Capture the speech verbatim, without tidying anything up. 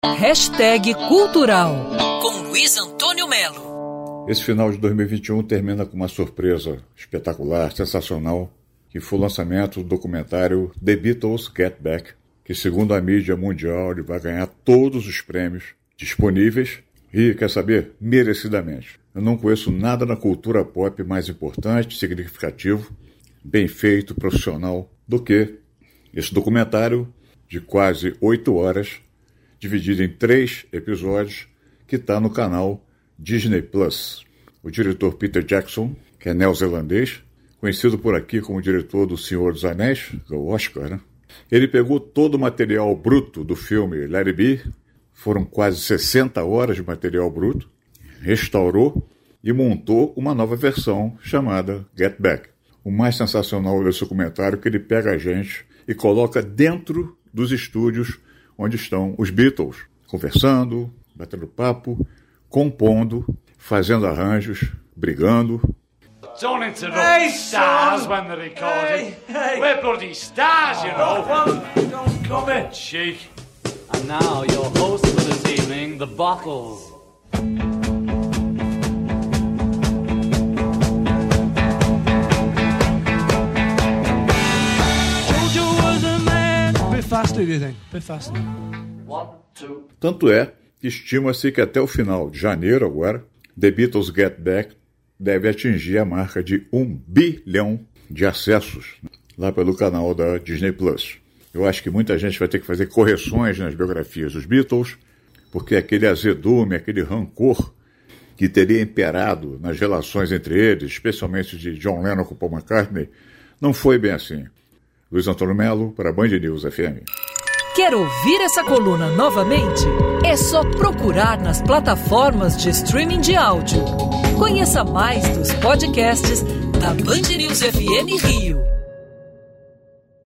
Hashtag Cultural, com Luiz Antônio Melo. Esse final de dois mil e vinte e um termina com uma surpresa espetacular, sensacional, que foi o lançamento do documentário The Beatles Get Back, que segundo a mídia mundial ele vai ganhar todos os prêmios disponíveis e, quer saber, merecidamente. Eu não conheço nada na cultura pop mais importante, significativo, bem feito, profissional, do que esse documentário de quase oito horas, dividido em três episódios, que está no canal Disney Plus. O diretor Peter Jackson, que é neozelandês, conhecido por aqui como diretor do Senhor dos Anéis, o Oscar, né? Ele pegou todo o material bruto do filme Let It Be, foram quase sessenta horas de material bruto, restaurou e montou uma nova versão chamada Get Back. O mais sensacional desse documentário é que ele pega a gente e coloca dentro dos estúdios onde estão os Beatles, conversando, batendo papo, compondo, fazendo arranjos, brigando. Don't interrupt hey, stars when they're recording. Hey, hey. We're bloody stars, you know. Oh, don't come in, cheek. And now your host for this evening, the Bottles. Jojo was a man. A bit faster, do you think? A bit faster. One, two. Tanto é que estima-se que até o final de janeiro agora, The Beatles Get Back deve atingir a marca de um bilhão de acessos lá pelo canal da Disney Plus. Eu acho que muita gente vai ter que fazer correções nas biografias dos Beatles, porque aquele azedume, aquele rancor que teria imperado nas relações entre eles, especialmente de John Lennon com Paul McCartney, não foi bem assim. Luiz Antônio Melo para Band News F M. Quer ouvir essa coluna novamente? É só procurar nas plataformas de streaming de áudio. Conheça mais dos podcasts da Band News F M Rio.